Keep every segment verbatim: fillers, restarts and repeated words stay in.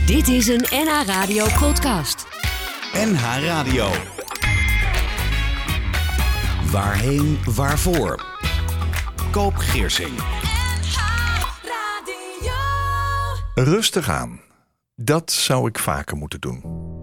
Dit is een N H Radio podcast. N H Radio. Waarheen, waarvoor? Koop Geersing. N H Radio. Rustig aan. Dat zou ik vaker moeten doen.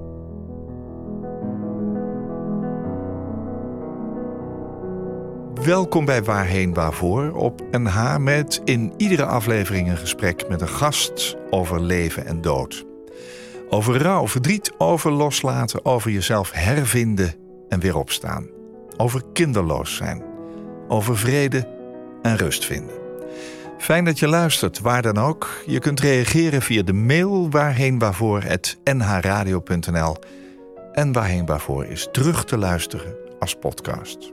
Welkom bij Waarheen, waarvoor op N H met in iedere aflevering een gesprek met een gast over leven en dood. Over rouw, verdriet, over loslaten, over jezelf hervinden en weer opstaan. Over kinderloos zijn. Over vrede en rust vinden. Fijn dat je luistert, waar dan ook. Je kunt reageren via de mail waarheen waarvoor at n h radio punt n l. En Waarheen waarvoor is terug te luisteren als podcast.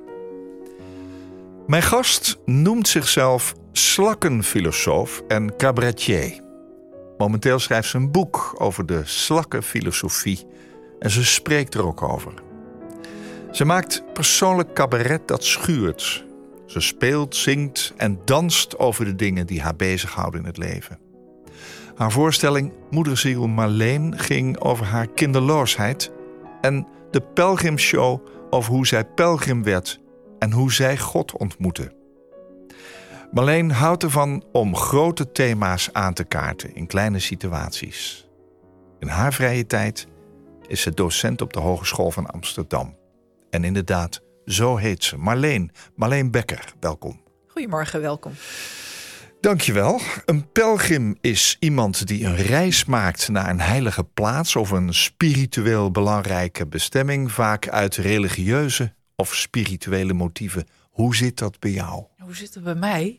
Mijn gast noemt zichzelf slakkenfilosoof en cabaretier. Momenteel schrijft ze een boek over de slakkenfilosofie en ze spreekt er ook over. Ze maakt persoonlijk cabaret dat schuurt. Ze speelt, zingt en danst over de dingen die haar bezighouden in het leven. Haar voorstelling Moederziel Marleen ging over haar kinderloosheid en de pelgrimshow over hoe zij pelgrim werd en hoe zij God ontmoette. Marleen houdt ervan om grote thema's aan te kaarten in kleine situaties. In haar vrije tijd is ze docent op de Hogeschool van Amsterdam. En inderdaad, zo heet ze. Marleen, Marleen Becker, welkom. Goedemorgen, welkom. Dankjewel. Een pelgrim is iemand die een reis maakt naar een heilige plaats of een spiritueel belangrijke bestemming, vaak uit religieuze of spirituele motieven. Hoe zit dat bij jou? Hoe zit het bij mij?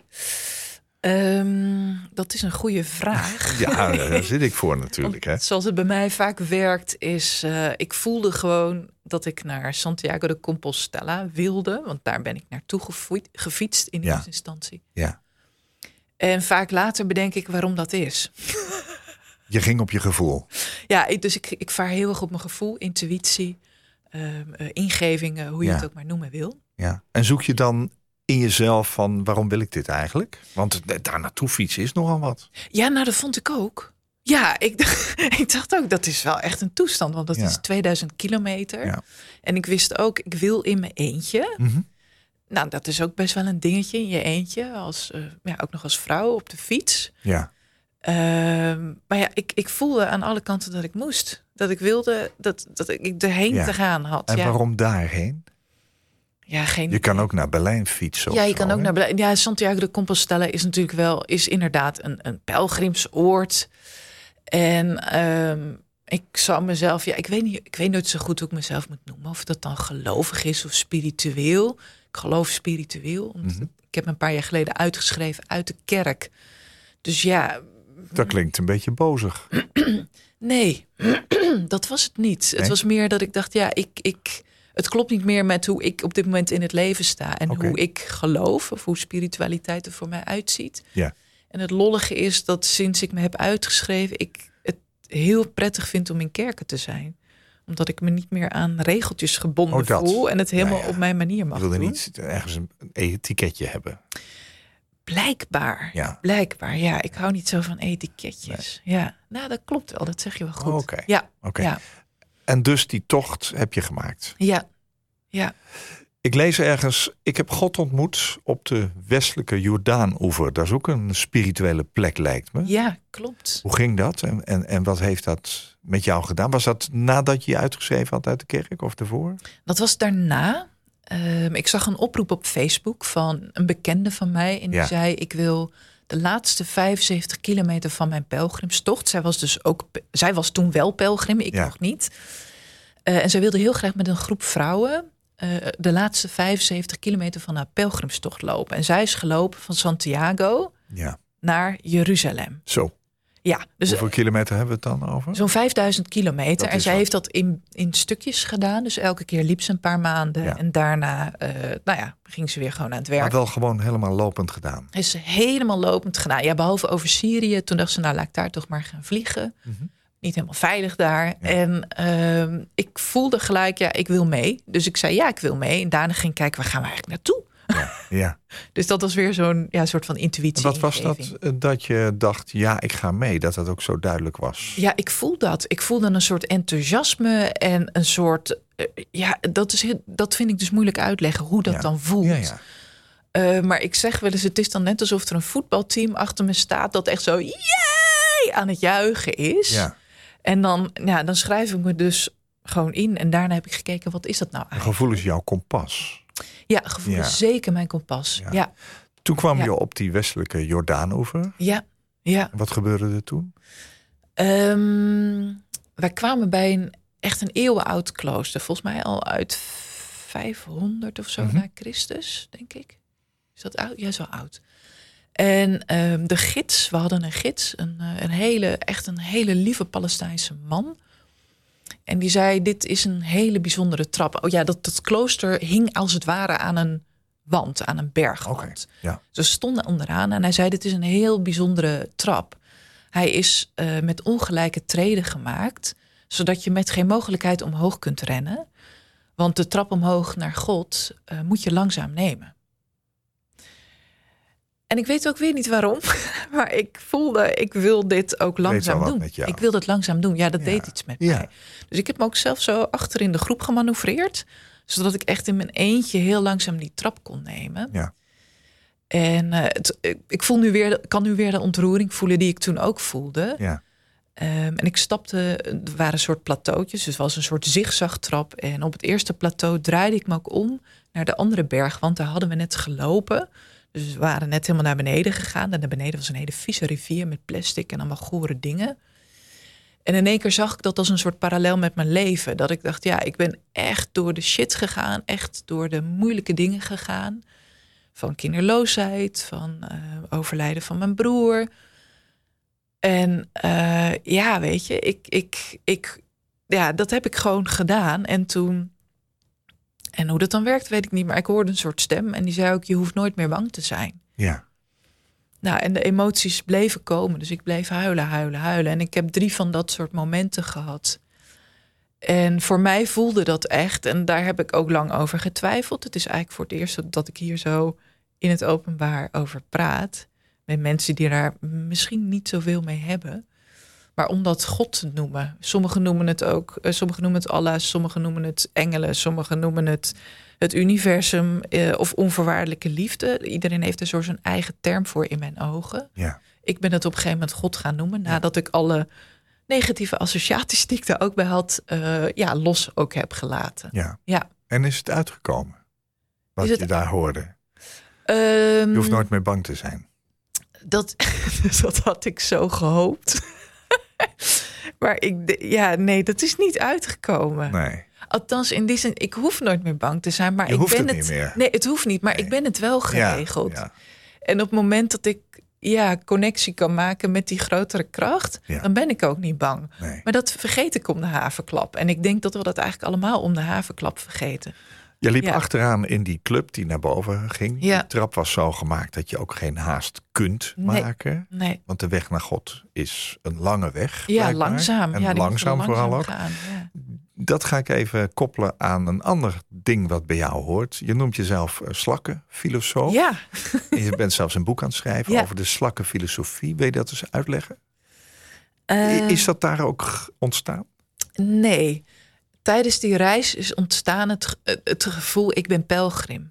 Um, dat is een goede vraag. Ja, daar zit ik voor natuurlijk. Hè? Zoals het bij mij vaak werkt is, uh, ik voelde gewoon dat ik naar Santiago de Compostela wilde. Want daar ben ik naartoe gefietst in ja. eerste instantie. Ja. En vaak later bedenk ik waarom dat is. Je ging op je gevoel. Ja, dus ik, ik vaar heel erg op mijn gevoel, intuïtie, um, uh, ingevingen, hoe je ja. het ook maar noemen wil. Ja. En zoek je dan in jezelf van waarom wil ik dit eigenlijk? Want daar naartoe fietsen is nogal wat. Ja, nou dat vond ik ook. Ja, ik, ik dacht ook, dat is wel echt een toestand. Want dat ja. is tweeduizend kilometer. Ja. En ik wist ook, ik wil in mijn eentje. Mm-hmm. Nou, dat is ook best wel een dingetje in je eentje. Als, uh, ja, ook nog als vrouw op de fiets. Ja. Uh, maar ja, ik, ik voelde aan alle kanten dat ik moest. Dat ik wilde, dat, dat ik erheen ja. te gaan had. En ja. waarom daarheen? Ja, geen Je kan ook naar Berlijn fietsen. Ja, je zo, kan ook hè? naar Berlijn. Ja, Santiago de Compostela is natuurlijk wel, is inderdaad een, een pelgrimsoord. En um, ik zou mezelf, ja, ik weet niet, ik weet nooit zo goed hoe ik mezelf moet noemen. Of dat dan gelovig is of spiritueel. Ik geloof spiritueel. Want mm-hmm. Ik heb me een paar jaar geleden uitgeschreven uit de kerk. Dus ja. Dat klinkt een beetje bozig. Nee, dat was het niet. Nee? Het was meer dat ik dacht, ja, ik, ik, het klopt niet meer met hoe ik op dit moment in het leven sta. En okay. hoe ik geloof, of hoe spiritualiteit er voor mij uitziet. Ja. En het lollige is dat sinds ik me heb uitgeschreven, ik het heel prettig vind om in kerken te zijn. Omdat ik me niet meer aan regeltjes gebonden oh, voel. En het helemaal ja, ja. op mijn manier mag doen. Je wilde doen. niet ergens een etiketje hebben. Blijkbaar, ja. blijkbaar, ja. Ik hou niet zo van etiketjes. Nee. Ja, nou dat klopt wel, dat zeg je wel goed. Oké, okay. ja. okay. ja. En dus die tocht heb je gemaakt? Ja, ja. Ik lees ergens, ik heb God ontmoet op de westelijke Jordaan-oever. Dat is ook een spirituele plek, lijkt me. Ja, klopt. Hoe ging dat en, en, en wat heeft dat met jou gedaan? Was dat nadat je je uitgeschreven had uit de kerk of daarvoor? Dat was daarna. Uh, ik zag een oproep op Facebook van een bekende van mij. En die ja. zei, ik wil de laatste vijfenzeventig kilometer van mijn pelgrimstocht. Zij was dus ook, zij was toen wel pelgrim, ik ja. nog niet. Uh, en zij wilde heel graag met een groep vrouwen uh, de laatste vijfenzeventig kilometer van haar pelgrimstocht lopen. En zij is gelopen van Santiago ja. naar Jeruzalem. Zo. Ja, dus hoeveel kilometer hebben we het dan over? Zo'n vijfduizend kilometer. En zij wat. heeft dat in, in stukjes gedaan. Dus elke keer liep ze een paar maanden. Ja. En daarna uh, nou ja, ging ze weer gewoon aan het werk. Maar wel gewoon helemaal lopend gedaan. Is ze helemaal lopend gedaan. Ja, behalve over Syrië. Toen dacht ze, nou laat ik daar toch maar gaan vliegen. Mm-hmm. Niet helemaal veilig daar. Ja. En uh, ik voelde gelijk, ja, ik wil mee. Dus ik zei, ja, ik wil mee. En daarna ging ik kijken, waar gaan we eigenlijk naartoe? Ja, ja. Dus dat was weer zo'n ja, soort van intuïtie. En wat was dat uh, dat je dacht, ja, ik ga mee? Dat dat ook zo duidelijk was? Ja, ik voel dat. Ik voelde een soort enthousiasme en een soort... Uh, ja, dat, is, dat vind ik dus moeilijk uitleggen, hoe dat ja. dan voelt. Ja, ja. Uh, maar ik zeg wel eens, het is dan net alsof er een voetbalteam achter me staat... dat echt zo, yay, aan het juichen is. Ja. En dan, ja, dan schrijf ik me dus gewoon in. En daarna heb ik gekeken, wat is dat nou eigenlijk? Gevoel is jouw kompas. Ja, gevoel ja. is zeker mijn kompas. Ja. Ja. Toen kwam ja. je op die westelijke Jordaanoever. Ja, ja. Wat gebeurde er toen? Um, wij kwamen bij een echt een eeuwenoud klooster. Volgens mij al uit vijfhonderd of zo mm-hmm. na Christus, denk ik. Is dat oud? Ja, zo oud. En um, de gids, we hadden een gids, een, een hele, echt een hele lieve Palestijnse man. En die zei, dit is een hele bijzondere trap. Oh ja, dat, dat klooster hing als het ware aan een wand, aan een bergwand. Okay, ja. Ze stonden onderaan en hij zei, dit is een heel bijzondere trap. Hij is uh, met ongelijke treden gemaakt, zodat je met geen mogelijkheid omhoog kunt rennen. Want de trap omhoog naar God uh, moet je langzaam nemen. En ik weet ook weer niet waarom, maar ik voelde, ik wil dit ook langzaam doen. Ik wil dat langzaam doen. Ja, dat ja. deed iets met ja. mij. Dus ik heb me ook zelf zo achter in de groep gemanoeuvreerd, zodat ik echt in mijn eentje heel langzaam die trap kon nemen. Ja. En uh, het, ik voel nu weer, kan nu weer de ontroering voelen die ik toen ook voelde. Ja. Um, en ik stapte, er waren een soort plateautjes, dus het was een soort zigzagtrap. En op het eerste plateau draaide ik me ook om naar de andere berg, want daar hadden we net gelopen. Dus we waren net helemaal naar beneden gegaan. En naar beneden was een hele vieze rivier met plastic en allemaal gore dingen. En in één keer zag ik dat als een soort parallel met mijn leven. Dat ik dacht, ja, ik ben echt door de shit gegaan. Echt door de moeilijke dingen gegaan. Van kinderloosheid, van uh, overlijden van mijn broer. En uh, ja, weet je, ik, ik, ik, ja, dat heb ik gewoon gedaan. En toen... En hoe dat dan werkt, weet ik niet. Maar ik hoorde een soort stem en die zei ook, je hoeft nooit meer bang te zijn. Ja. Nou, en de emoties bleven komen. Dus ik bleef huilen, huilen, huilen. En ik heb drie van dat soort momenten gehad. En voor mij voelde dat echt. En daar heb ik ook lang over getwijfeld. Het is eigenlijk voor het eerst dat ik hier zo in het openbaar over praat. Met mensen die daar misschien niet zoveel mee hebben. Maar om dat God te noemen. Sommigen noemen het ook, sommigen noemen het Allah, sommigen noemen het engelen, sommigen noemen het het universum eh, of onvoorwaardelijke liefde. Iedereen heeft er zo zijn eigen term voor in mijn ogen. Ja. Ik ben het op een gegeven moment God gaan noemen, nadat ik alle negatieve associaties die ik daar ook bij had, uh, ja, los ook heb gelaten. Ja. Ja. En is het uitgekomen? Wat het... je daar hoorde? Um, je hoeft nooit meer bang te zijn. Dat, dat had ik zo gehoopt. Maar ik, ja, nee, dat is niet uitgekomen. Nee. Althans, in die zin, ik hoef nooit meer bang te zijn. Maar je ik hoeft ben het het niet meer. Nee, het hoeft niet, maar nee. Ik ben het wel geregeld. Ja, ja. En op het moment dat ik ja, connectie kan maken met die grotere kracht, ja. dan ben ik ook niet bang. Nee. Maar dat vergeet ik om de haverklap. En ik denk dat we dat eigenlijk allemaal om de haverklap vergeten. Je liep ja. achteraan in die club die naar boven ging. Ja. Die trap was zo gemaakt dat je ook geen haast kunt nee. maken. Nee. Want de weg naar God is een lange weg. Ja, blijkbaar. langzaam. En ja, langzaam, langzaam vooral ook. Gaan, ja. Dat ga ik even koppelen aan een ander ding wat bij jou hoort. Je noemt jezelf slakkenfilosoof. Ja. En je bent zelfs een boek aan het schrijven ja. over de slakkenfilosofie. Wil je dat eens uitleggen? Uh, is dat daar ook ontstaan? Nee. Tijdens die reis is ontstaan het, het gevoel, ik ben pelgrim.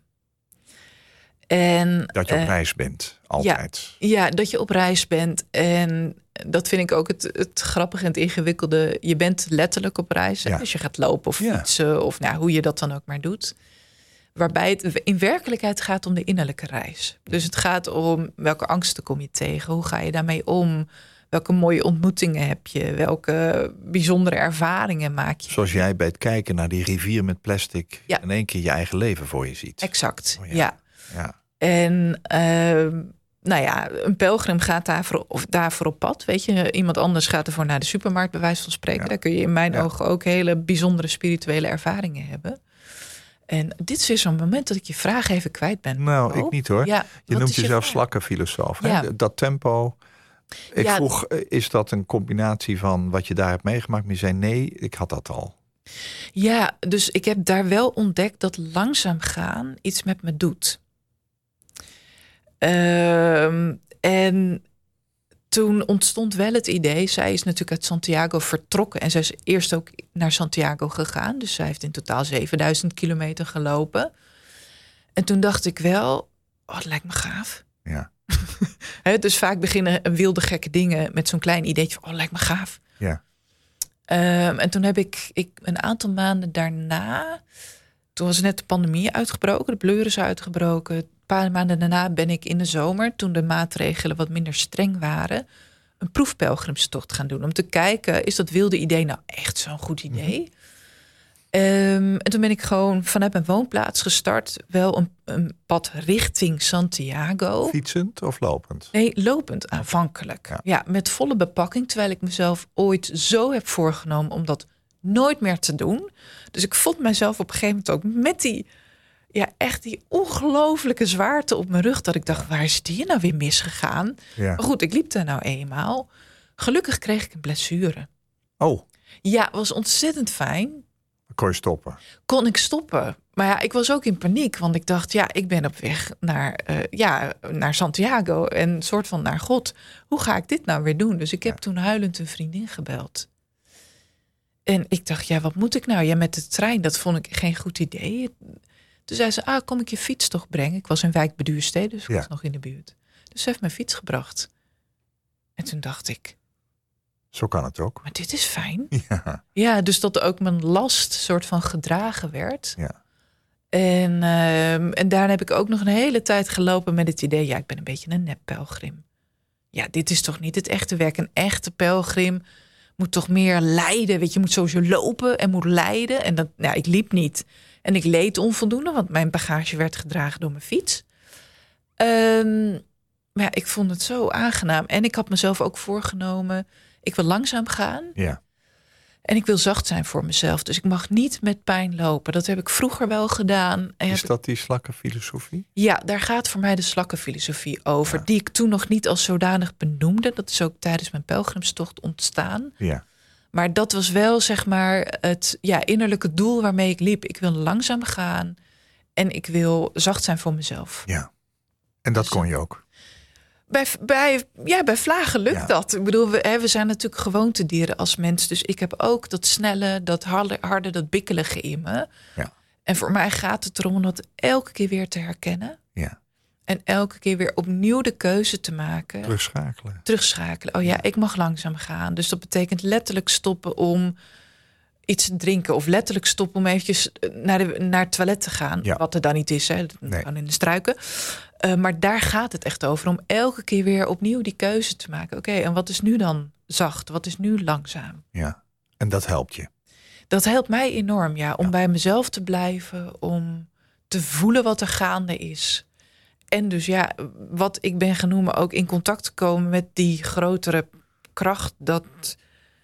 En, dat je op uh, reis bent, altijd. Ja, ja, dat je op reis bent. En dat vind ik ook het, het grappige en het ingewikkelde. Je bent letterlijk op reis. Ja. Dus je gaat lopen of fietsen ja. of nou, hoe je dat dan ook maar doet. Waarbij het in werkelijkheid gaat om de innerlijke reis. Dus het gaat om welke angsten kom je tegen? Hoe ga je daarmee om? Welke mooie ontmoetingen heb je? Welke bijzondere ervaringen maak je? Zoals jij bij het kijken naar die rivier met plastic ja. in één keer je eigen leven voor je ziet. Exact, oh ja. ja. ja. En uh, nou ja, een pelgrim gaat daarvoor, of daarvoor op pad. Weet je, iemand anders gaat ervoor naar de supermarkt, bij wijze van spreken. Ja. Daar kun je in mijn ja. ogen ook hele bijzondere spirituele ervaringen hebben. En dit is weer zo'n moment dat ik je vraag even kwijt ben. Nou, oh. ik niet hoor. Ja, je noemt je jezelf slakkenfilosoof. Ja. Dat tempo... Ik ja, vroeg, is dat een combinatie van wat je daar hebt meegemaakt? Maar je zei nee, ik had dat al. Ja, dus ik heb daar wel ontdekt dat langzaam gaan iets met me doet. Um, en toen ontstond wel het idee. Zij is natuurlijk uit Santiago vertrokken. En zij is eerst ook naar Santiago gegaan. Dus zij heeft in totaal zevenduizend kilometer gelopen. En toen dacht ik wel, oh, het lijkt me gaaf. Ja. He, dus vaak beginnen wilde gekke dingen met zo'n klein ideetje van, oh, lijkt me gaaf. Ja. Um, en toen heb ik, ik een aantal maanden daarna, toen was net de pandemie uitgebroken, de pleuris uitgebroken. Een paar maanden daarna ben ik in de zomer, toen de maatregelen wat minder streng waren, een proefpelgrimstocht gaan doen. Om te kijken, is dat wilde idee nou echt zo'n goed idee? Mm-hmm. Um, en toen ben ik gewoon vanuit mijn woonplaats gestart. Wel een, een pad richting Santiago. Fietsend of lopend? Nee, lopend aanvankelijk. Ja. ja, met volle bepakking. Terwijl ik mezelf ooit zo heb voorgenomen om dat nooit meer te doen. Dus ik vond mezelf op een gegeven moment ook met die, ja, echt die ongelooflijke zwaarte op mijn rug. Dat ik dacht, waar is die nou weer misgegaan? Ja. Maar goed, ik liep daar nou eenmaal. Gelukkig kreeg ik een blessure. Oh. Ja, was ontzettend fijn. Kon je stoppen? Kon ik stoppen. Maar ja, ik was ook in paniek. Want ik dacht, ja, ik ben op weg naar, uh, ja, naar Santiago. En een soort van naar God. Hoe ga ik dit nou weer doen? Dus ik heb ja. toen huilend een vriendin gebeld. En ik dacht, ja, wat moet ik nou? Ja, met de trein, dat vond ik geen goed idee. Toen zei ze, ah, kom ik je fiets toch brengen? Ik was in Wijk bij Duurstede, dus ik ja. was nog in de buurt. Dus ze heeft mijn fiets gebracht. En toen dacht ik, zo kan het ook. Maar dit is fijn. Ja, ja, dus dat ook mijn last soort van gedragen werd. Ja. En, uh, en daarna heb ik ook nog een hele tijd gelopen met het idee, ja, ik ben een beetje een nep-pelgrim. Ja, dit is toch niet het echte werk. Een echte pelgrim moet toch meer lijden. Weet je, je moet sowieso lopen en moet lijden. En dat, nou, ik liep niet. En ik leed onvoldoende, want mijn bagage werd gedragen door mijn fiets. Um, maar ja, ik vond het zo aangenaam. En ik had mezelf ook voorgenomen, ik wil langzaam gaan. Ja. En ik wil zacht zijn voor mezelf. Dus ik mag niet met pijn lopen. Dat heb ik vroeger wel gedaan. En is dat die slakkenfilosofie? Ja, daar gaat voor mij de slakkenfilosofie over. Ja. Die ik toen nog niet als zodanig benoemde. Dat is ook tijdens mijn pelgrimstocht ontstaan. Ja. Maar dat was wel, zeg maar, het ja, innerlijke doel waarmee ik liep. Ik wil langzaam gaan. En ik wil zacht zijn voor mezelf. Ja. En dat dus, kon je ook? Bij, bij, ja, bij vlagen lukt ja. dat. Ik bedoel, we, hè, we zijn natuurlijk gewoontedieren als mens. Dus ik heb ook dat snelle, dat harde, harde dat bikkelige in me. Ja. En voor mij gaat het erom om dat elke keer weer te herkennen. Ja. En elke keer weer opnieuw de keuze te maken. Terugschakelen. Terugschakelen. Oh ja, ik mag langzaam gaan. Dus dat betekent letterlijk stoppen om iets te drinken. Of letterlijk stoppen om eventjes naar, de, naar het toilet te gaan. Ja. Wat er dan niet is, hè. Dat nee. kan in de struiken. Uh, maar daar gaat het echt over. Om elke keer weer opnieuw die keuze te maken. Oké, okay, en wat is nu dan zacht? Wat is nu langzaam? Ja, en dat helpt je? Dat helpt mij enorm, ja. Om ja. bij mezelf te blijven. Om te voelen wat er gaande is. En dus ja, wat ik ben genoemd, ook in contact te komen met die grotere kracht. Dat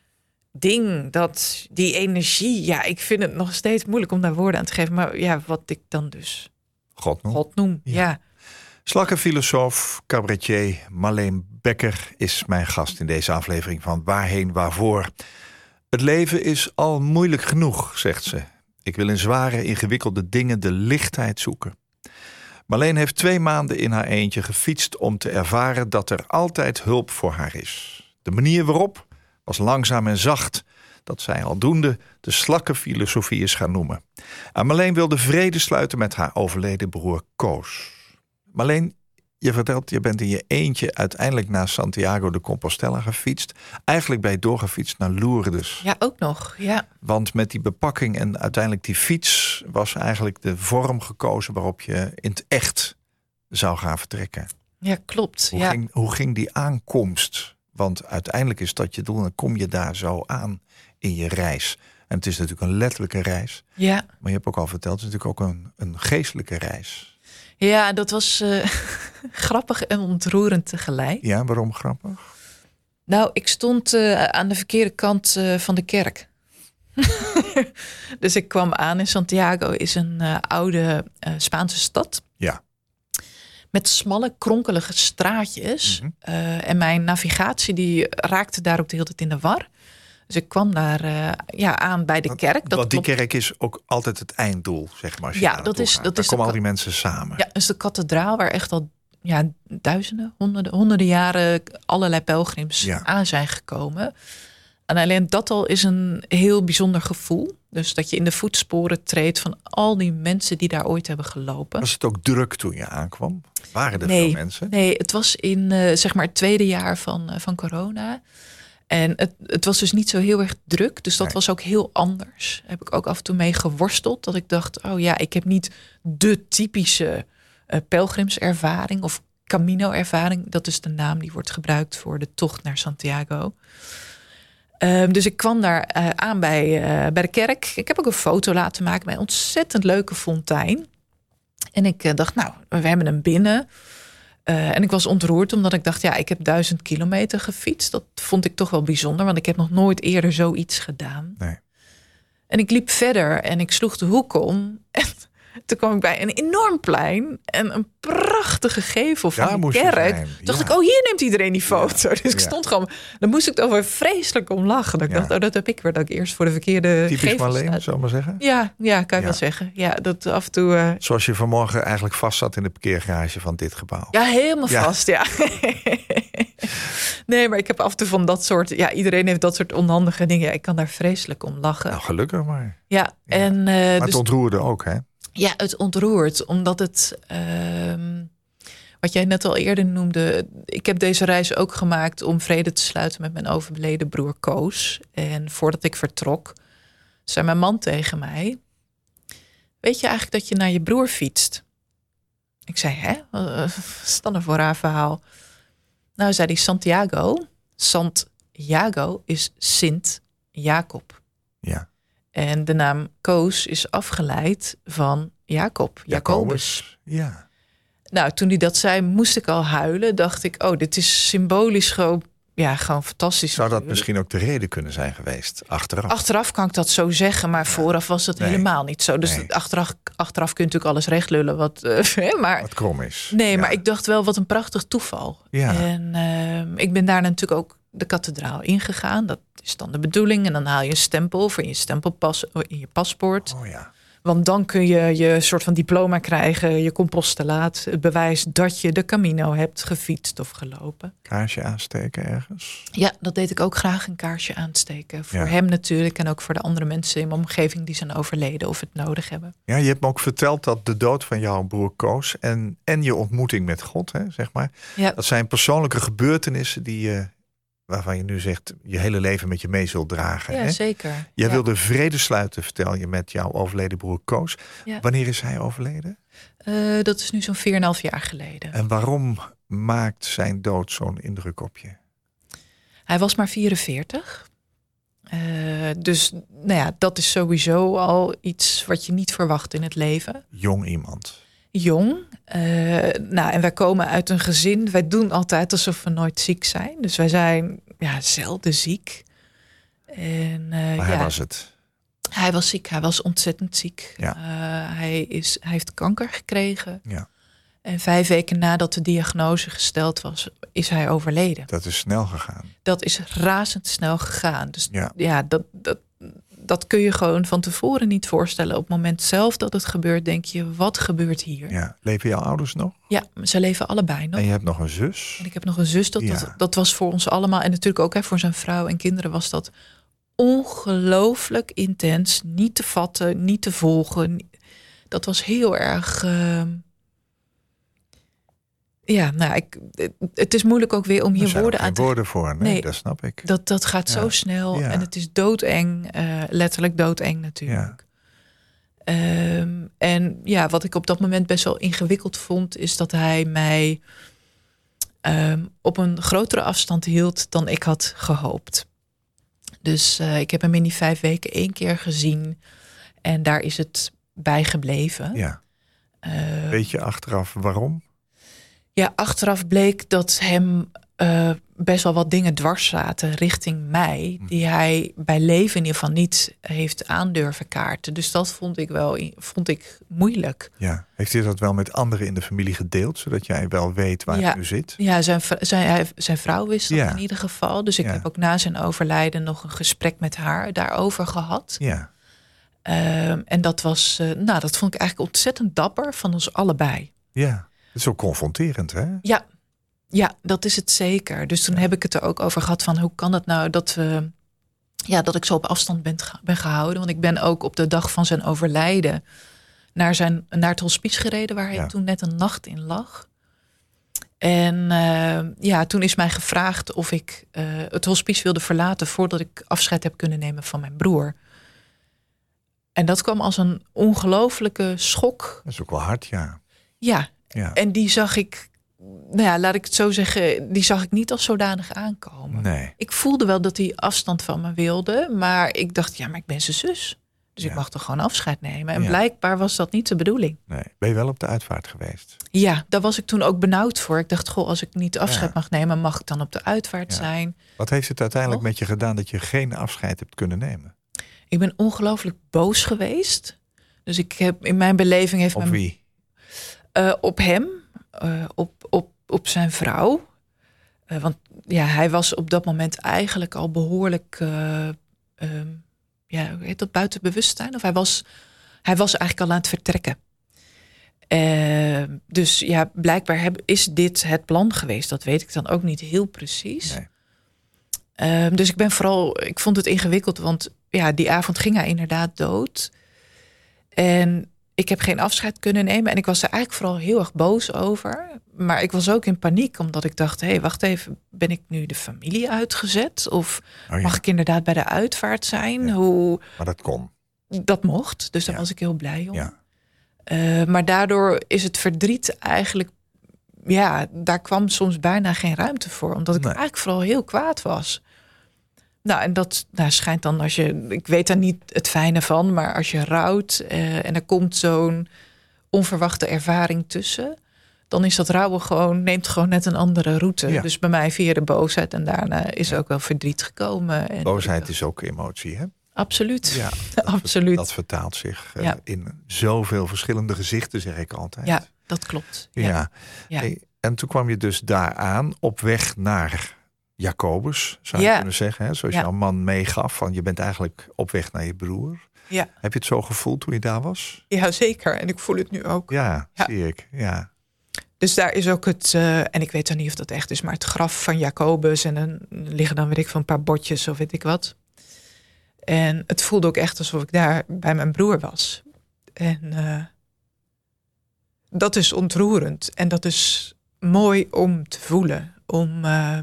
ding, dat, die energie. Ja, ik vind het nog steeds moeilijk om daar woorden aan te geven. Maar ja, wat ik dan dus God noem. God noem, ja. ja. Slakkenfilosoof, cabaretier Marleen Bekker is mijn gast in deze aflevering van Waarheen Waarvoor. Het leven is al moeilijk genoeg, zegt ze. Ik wil in zware, ingewikkelde dingen de lichtheid zoeken. Marleen heeft twee maanden in haar eentje gefietst om te ervaren dat er altijd hulp voor haar is. De manier waarop was langzaam en zacht, dat zij aldoende de slakkenfilosofie is gaan noemen. En Marleen wilde vrede sluiten met haar overleden broer Koos. Marleen, je vertelt, je bent in je eentje uiteindelijk naar Santiago de Compostela gefietst. Eigenlijk ben je doorgefietst naar Lourdes. Ja, ook nog, ja. Want met die bepakking en uiteindelijk die fiets was eigenlijk de vorm gekozen waarop je in het echt zou gaan vertrekken. Ja, klopt. Hoe, ja. Ging, hoe ging die aankomst? Want uiteindelijk is dat je doel en dan kom je daar zo aan in je reis. En het is natuurlijk een letterlijke reis. Ja. Maar je hebt ook al verteld, het is natuurlijk ook een, een geestelijke reis. Ja, dat was uh, grappig en ontroerend tegelijk. Ja, waarom grappig? Nou, ik stond uh, aan de verkeerde kant uh, van de kerk. Dus ik kwam aan in Santiago, is een uh, oude uh, Spaanse stad. Ja. Met smalle, kronkelige straatjes. Mm-hmm. Uh, en mijn navigatie die raakte daar ook de hele tijd in de war. Dus ik kwam daar uh, ja, aan bij de kerk. Dat Want die klopt. kerk is ook altijd het einddoel, zeg maar. Als je ja, daar dat is, dat daar is komen de, al die mensen samen. Ja, dat is de kathedraal waar echt al ja, duizenden, honderden, honderden jaren allerlei pelgrims Ja. aan zijn gekomen. En alleen dat al is een heel bijzonder gevoel. Dus dat je in de voetsporen treedt van al die mensen die daar ooit hebben gelopen. Was het ook druk toen je aankwam? Waren er nee, veel mensen? Nee, het was in uh, zeg maar het tweede jaar van, uh, van corona. En het, het was dus niet zo heel erg druk. Dus dat Nee. was ook heel anders. Daar heb ik ook af en toe mee geworsteld. Dat ik dacht, oh ja, ik heb niet de typische uh, pelgrimservaring of Camino-ervaring. Dat is de naam die wordt gebruikt voor de tocht naar Santiago. Um, dus ik kwam daar uh, aan bij, uh, bij de kerk. Ik heb ook een foto laten maken bij een ontzettend leuke fontein. En ik uh, dacht, nou, we hebben hem binnen. Uh, en ik was ontroerd omdat ik dacht, ja, ik heb duizend kilometer gefietst. Dat vond ik toch wel bijzonder, want ik heb nog nooit eerder zoiets gedaan. Nee. En ik liep verder en ik sloeg de hoek om. En toen kwam ik bij een enorm plein en een prachtige gevel van Daar die moest je kerk. zijn, Toen dacht ja. ik, oh, hier neemt iedereen die foto. Ja, Dus ik ja. stond gewoon, dan moest ik er weer vreselijk om lachen. Dat ik Ja. dacht, oh, dat heb ik weer, dat ik eerst voor de verkeerde Typisch gevel Marleen, sta. zou ik maar zeggen. Ja, ja, kan je Ja. wel zeggen. Ja, dat af en toe... Uh, Zoals je vanmorgen eigenlijk vast zat in de parkeergarage van dit gebouw. Ja, helemaal Ja. vast, ja. Nee, maar ik heb af en toe van dat soort... Ja, iedereen heeft dat soort onhandige dingen. Ja, ik kan daar vreselijk om lachen. Nou, gelukkig maar. Ja, en... Uh, Maar dus, het ontroerde ook, hè? ja, het ontroert. Omdat het... Uh, wat jij net al eerder noemde... Ik heb deze reis ook gemaakt om vrede te sluiten met mijn overleden broer Koos. En voordat ik vertrok, zei mijn man tegen mij... Weet je eigenlijk dat je naar je broer fietst? Ik zei, hè? Wat is dan een voor raar verhaal? Nou, zei hij, Santiago. Santiago is Sint Jacob. Ja. En de naam Koos is afgeleid van Jacob, Jacobus. Ja. Nou, toen hij dat zei, moest ik al huilen. Dacht ik, oh, dit is symbolisch gewoon, ja, gewoon fantastisch. Zou dat natuurlijk. misschien ook de reden kunnen zijn geweest? Achteraf. Achteraf kan ik dat zo zeggen, maar vooraf was dat Nee. helemaal niet zo. Dus Nee. achteraf, achteraf kun je natuurlijk alles recht lullen. Wat, uh, maar Wat krom is. nee, Ja. maar ik dacht wel, wat een prachtig toeval. Ja. En uh, ik ben daar natuurlijk ook de kathedraal ingegaan. Dat is dan de bedoeling. En dan haal je een stempel voor je stempelpas in je paspoort. Oh ja. Want dan kun je je soort van diploma krijgen, je compostellaat, het bewijs dat je de Camino hebt gefietst of gelopen. Kaarsje aansteken ergens. Ja, dat deed ik ook graag, een kaarsje aansteken. Voor Ja. hem natuurlijk en ook voor de andere mensen in mijn omgeving die zijn overleden of het nodig hebben. Ja, je hebt me ook verteld dat de dood van jouw broer Koos en, en je ontmoeting met God, hè, zeg maar. Ja, Dat zijn persoonlijke gebeurtenissen die je, waarvan je nu zegt, je hele leven met je mee zult dragen. ja hè? zeker. Jij ja. wilde vrede sluiten, vertel je, met jouw overleden broer Koos. Ja. Wanneer is hij overleden? Uh, dat is nu zo'n vier en een half jaar geleden. En waarom maakt zijn dood zo'n indruk op je? Hij was maar vierenveertig. Uh, dus nou ja, dat is sowieso al iets wat je niet verwacht in het leven. Jong iemand. Jong. Uh, nou, en wij komen uit een gezin. Wij doen altijd alsof we nooit ziek zijn. Dus wij zijn ja, zelden ziek. En, uh, Maar ja, hij was het. Hij was ziek. Hij was ontzettend ziek. Ja. Uh, hij, is, hij heeft kanker gekregen. Ja. En vijf weken nadat de diagnose gesteld was, is hij overleden. Dat is snel gegaan. Dat is razendsnel gegaan. Dus Ja. ja, dat, dat, dat kun je gewoon van tevoren niet voorstellen. Op het moment zelf dat het gebeurt, denk je, wat gebeurt hier? Ja. Leven jouw ouders nog? Ja, ze leven allebei nog. En je hebt nog een zus? En ik heb nog een zus, dat, Ja. dat, dat was voor ons allemaal... en natuurlijk ook hè, voor zijn vrouw en kinderen was dat ongelooflijk intens. Niet te vatten, niet te volgen. Dat was heel erg... Uh, ja, nou, ik, het is moeilijk ook weer om hier Er zijn woorden ook aan geen te... woorden voor, nee, Nee. dat snap ik. Dat, dat gaat Ja. zo snel Ja. en het is doodeng. Uh, letterlijk doodeng natuurlijk. Um, en ja, wat ik op dat moment best wel ingewikkeld vond... is dat hij mij um, op een grotere afstand hield dan ik had gehoopt. Dus uh, ik heb hem in die vijf weken één keer gezien. En daar is het bij gebleven. Ja. Uh, Weet je achteraf waarom? Ja, achteraf bleek dat hem uh, best wel wat dingen dwars zaten richting mij. Die hij bij leven in ieder geval niet heeft aandurven kaarten. Dus dat vond ik wel vond ik moeilijk. Ja. Heeft hij dat wel met anderen in de familie gedeeld? Zodat jij wel weet waar Ja. het nu zit? Ja, zijn, zijn, zijn vrouw wist dat Ja. in ieder geval. Dus ik Ja. heb ook na zijn overlijden nog een gesprek met haar daarover gehad. Ja. Um, en dat was, uh, nou, dat vond ik eigenlijk ontzettend dapper van ons allebei. Ja. Het is ook confronterend, hè? Ja, ja, dat is het zeker. Dus toen heb ik het er ook over gehad van hoe kan het nou dat we, ja, dat ik zo op afstand ben, ben gehouden. Want ik ben ook op de dag van zijn overlijden naar, zijn, naar het hospice gereden, waar hij Ja. toen net een nacht in lag. En uh, ja, toen is mij gevraagd of ik uh, het hospice wilde verlaten voordat ik afscheid heb kunnen nemen van mijn broer. En dat kwam als een ongelofelijke schok. Dat is ook wel hard, ja. Ja, ja. En die zag ik, nou ja, laat ik het zo zeggen, die zag ik niet als zodanig aankomen. Nee. Ik voelde wel dat hij afstand van me wilde, maar ik dacht, ja, maar ik ben zijn zus. Dus Ja. ik mag toch gewoon afscheid nemen. En Ja. blijkbaar was dat niet de bedoeling. Nee. Ben je wel op de uitvaart geweest? Ja, daar was ik toen ook benauwd voor. Ik dacht, goh, als ik niet afscheid Ja. mag nemen, mag ik dan op de uitvaart Ja. zijn? Wat heeft het uiteindelijk Oh. met je gedaan dat je geen afscheid hebt kunnen nemen? Ik ben ongelooflijk boos geweest. Dus ik heb in mijn beleving heeft Op mijn, wie? uh, op hem, uh, op, op, op zijn vrouw. Uh, want ja, hij was op dat moment eigenlijk al behoorlijk, uh, um, ja, hoe heet dat, buiten bewustzijn? Of hij was, hij was eigenlijk al aan het vertrekken. Uh, dus ja, blijkbaar heb, is dit het plan geweest. Dat weet ik dan ook niet heel precies. Nee. Uh, dus ik ben vooral, ik vond het ingewikkeld, want ja, die avond ging hij inderdaad dood. En ik heb geen afscheid kunnen nemen. En ik was er eigenlijk vooral heel erg boos over. Maar ik was ook in paniek, omdat ik dacht, hé, hey, wacht even, ben ik nu de familie uitgezet? Of Oh ja. mag ik inderdaad bij de uitvaart zijn? Ja. Hoe Maar dat kon. dat mocht, dus daar Ja. was ik heel blij om. Ja. Uh, maar daardoor is het verdriet eigenlijk, ja, daar kwam soms bijna geen ruimte voor. Omdat ik Nee. eigenlijk vooral heel kwaad was. Nou, en dat nou, schijnt dan als je, ik weet daar niet het fijne van, maar als je rouwt uh, en er komt zo'n onverwachte ervaring tussen, dan is dat rouwen gewoon, neemt gewoon net een andere route. Ja. Dus bij mij via de boosheid en daarna is ook wel verdriet gekomen. En Boosheid ik- is ook emotie, hè? Absoluut. Ja, Absoluut. Dat vertaalt zich uh, Ja. in zoveel verschillende gezichten, zeg ik altijd. Ja, dat klopt. Ja. Ja. Ja. Hey, en toen kwam je dus daar aan op weg naar Jacobus, zou je Ja. kunnen zeggen. Hè? Zoals Ja. jouw man meegaf, van je bent eigenlijk op weg naar je broer. Ja. Heb je het zo gevoeld toen je daar was? Ja, zeker. En ik voel het nu ook. Ja, Ja. zie ik. Ja. Dus daar is ook het, uh, en ik weet dan niet of dat echt is, maar het graf van Jacobus. En dan liggen dan, weet ik, van een paar bordjes of weet ik wat. En het voelde ook echt alsof ik daar bij mijn broer was. En uh, dat is ontroerend. En dat is mooi om te voelen. Om, uh,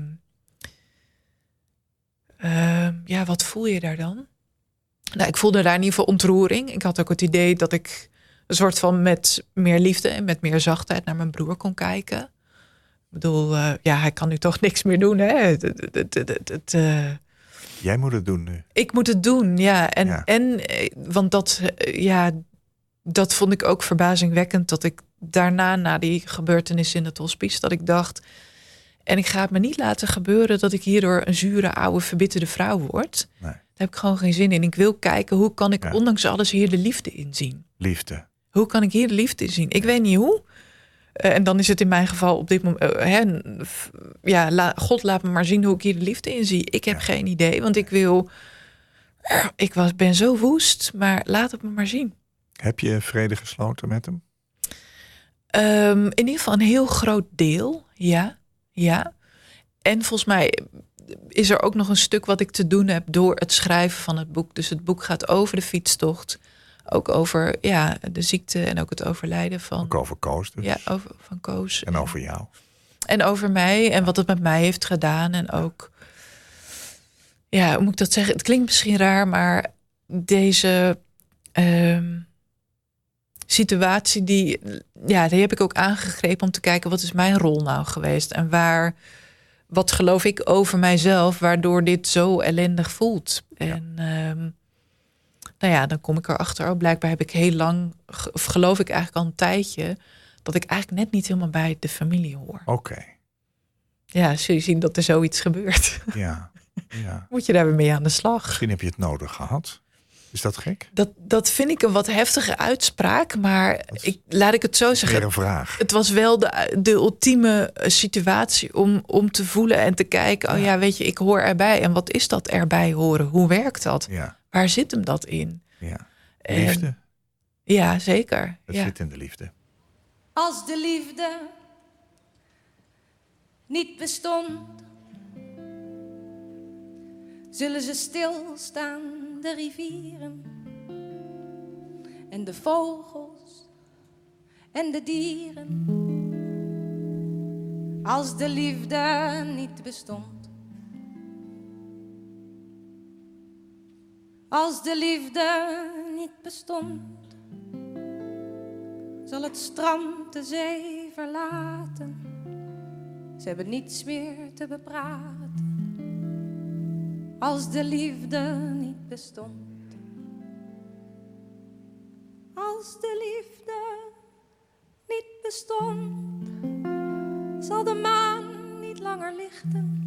uh, ja, wat voel je daar dan? Nou, ik voelde daar in ieder geval ontroering. Ik had ook het idee dat ik een soort van met meer liefde en met meer zachtheid naar mijn broer kon kijken. Ik bedoel, uh, ja, hij kan nu toch niks meer doen, hè? Het, het, het, het, het, uh, Jij moet het doen nu. ik moet het doen, ja. En, Ja. en want dat, uh, ja, dat vond ik ook verbazingwekkend. Dat ik daarna, na die gebeurtenis in het hospice, dat ik dacht, en ik ga het me niet laten gebeuren dat ik hierdoor een zure, oude, verbitterde vrouw word. Nee. Daar heb ik gewoon geen zin in. Ik wil kijken, hoe kan ik Ja. ondanks alles hier de liefde in zien? Liefde. Hoe kan ik hier de liefde in zien? Ik weet niet hoe. Uh, en dan is het in mijn geval op dit moment, uh, hè, f- ja, la, God laat me maar zien hoe ik hier de liefde in zie. Ik heb Ja. geen idee, want ik wil, uh, ik was, ben zo woest, maar laat het me maar zien. Heb je vrede gesloten met hem? Um, in ieder geval een heel groot deel, ja, ja. En volgens mij is er ook nog een stuk wat ik te doen heb door het schrijven van het boek. Dus het boek gaat over de fietstocht, ook over ja, de ziekte en ook het overlijden van, Ook over Koos dus. ja, over, van Koos. En over jou. En over mij en wat het met mij heeft gedaan. En ook, ja, hoe moet ik dat zeggen? Het klinkt misschien raar, maar deze um, situatie, die, ja, die heb ik ook aangegrepen om te kijken, wat is mijn rol nou geweest? En waar, wat geloof ik over mijzelf, waardoor dit zo ellendig voelt? Ja. En um, nou ja, dan kom ik erachter. Oh, blijkbaar heb ik heel lang, of geloof ik eigenlijk al een tijdje, dat ik eigenlijk net niet helemaal bij de familie hoor. Oké. Okay. Ja, zul je zien dat er zoiets gebeurt. Ja. Ja. Moet je daar weer mee aan de slag. Misschien heb je het nodig gehad. Is dat gek? Dat, dat vind ik een wat heftige uitspraak, maar is, ik, laat ik het zo zeggen. Weer een vraag. Het was wel de, de ultieme situatie om, om te voelen en te kijken. Oh Ja. ja, weet je, ik hoor erbij. En wat is dat erbij horen? Hoe werkt dat? Ja. Waar zit hem dat in? Ja. En- Liefde. ja, zeker. Het Ja. zit in de liefde. Als de liefde niet bestond, zullen ze stilstaan, de rivieren en de vogels en de dieren. Als de liefde niet bestond, als de liefde niet bestond, zal het strand de zee verlaten. Ze hebben niets meer te bepraten. Als de liefde niet bestond, als de liefde niet bestond, zal de maan niet langer lichten.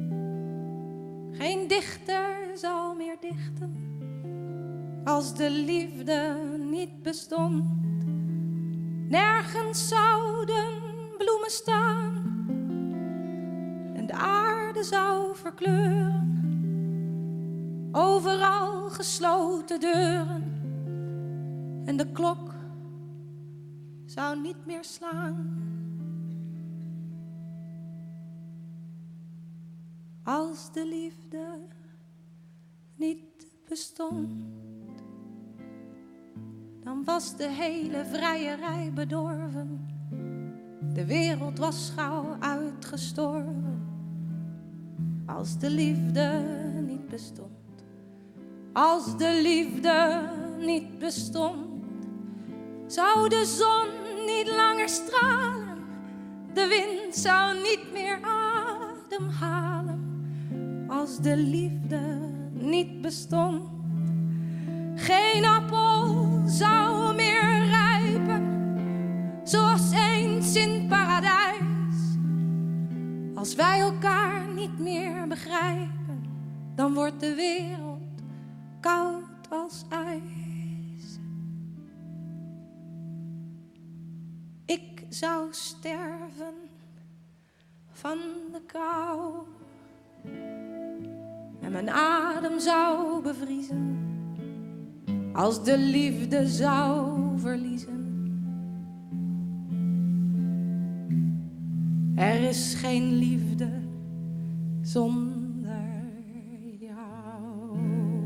Geen dichter zal meer dichten. Als de liefde niet bestond, nergens zouden bloemen staan en de aarde zou verkleuren. Overal gesloten deuren en de klok zou niet meer slaan. Als de liefde niet bestond, dan was de hele vrijerij bedorven. De wereld was gauw uitgestorven. Als de liefde niet bestond, als de liefde niet bestond, zou de zon niet langer stralen. De wind zou niet meer ademhalen. Als de liefde niet bestond, geen appel zou meer rijpen, zoals eens in het paradijs. Als wij elkaar niet meer begrijpen, dan wordt de wereld koud als ijs. Ik zou sterven van de kou en mijn adem zou bevriezen als de liefde zou verliezen. Er is geen liefde zonder jou.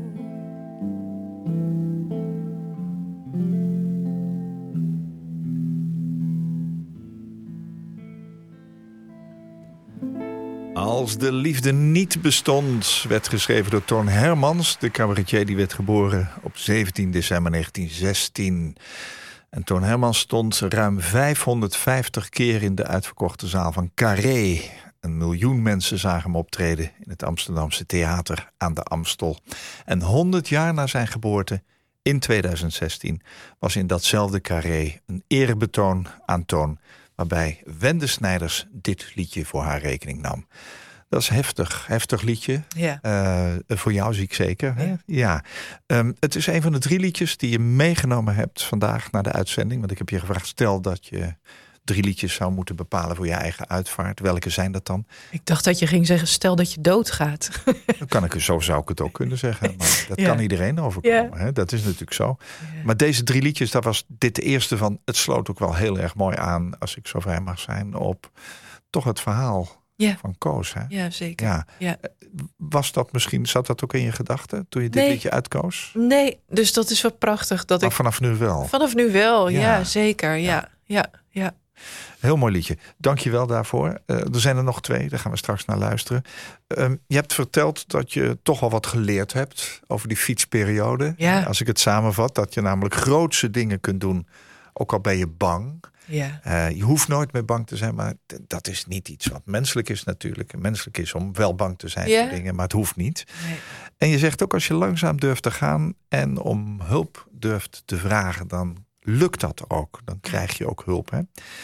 Als de liefde niet bestond, werd geschreven door Toorn Hermans. De cabaretier die werd geboren op zeventien december negentien zestien. En Toorn Hermans stond ruim vijfhonderdvijftig keer in de uitverkochte zaal van Carré. Een miljoen mensen zagen hem optreden in het Amsterdamse Theater aan de Amstel. En honderd jaar na zijn geboorte, in tweeduizend zestien, was in datzelfde Carré een erebetoon aan Toorn, waarbij Wende Snijders dit liedje voor haar rekening nam. Dat is heftig, heftig liedje. Ja. Uh, voor jou zie ik zeker. Hè? Ja. ja. Um, het is een van de drie liedjes die je meegenomen hebt vandaag naar de uitzending. Want ik heb je gevraagd, stel dat je drie liedjes zou moeten bepalen voor je eigen uitvaart. Welke zijn dat dan? Ik dacht dat je ging zeggen, stel dat je doodgaat. Dan kan ik, zo zou ik het ook kunnen zeggen. Maar dat ja. kan iedereen overkomen. Ja. Hè? Dat is natuurlijk zo. Ja. Maar deze drie liedjes, daar was dit de eerste van. Het sloot ook wel heel erg mooi aan, als ik zo vrij mag zijn, op toch het verhaal ja. van Koos. Hè? Ja, zeker. Ja. Ja. Was dat misschien, zat dat ook in je gedachten toen je dit nee. liedje uitkoos? Nee, dus dat is wel prachtig. Dat maar ik... vanaf nu wel? Vanaf nu wel, ja, ja zeker. Ja. Ja. Ja. ja. Heel mooi liedje. Dank je wel daarvoor. Uh, er zijn er nog twee, daar gaan we straks naar luisteren. Um, je hebt verteld dat je toch al wat geleerd hebt over die fietsperiode. Ja. Als ik het samenvat, dat je namelijk grootse dingen kunt doen, ook al ben je bang. Ja. Uh, je hoeft nooit meer bang te zijn, maar d- dat is niet iets wat menselijk is natuurlijk. Menselijk is om wel bang te zijn ja. voor dingen, maar het hoeft niet. Nee. En je zegt ook, als je langzaam durft te gaan en om hulp durft te vragen, dan lukt dat ook. Dan krijg je ook hulp. Hè?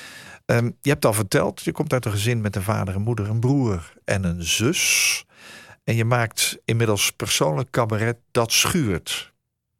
Um, je hebt al verteld, je komt uit een gezin met een vader, een moeder, een broer en een zus. En je maakt inmiddels persoonlijk cabaret dat schuurt.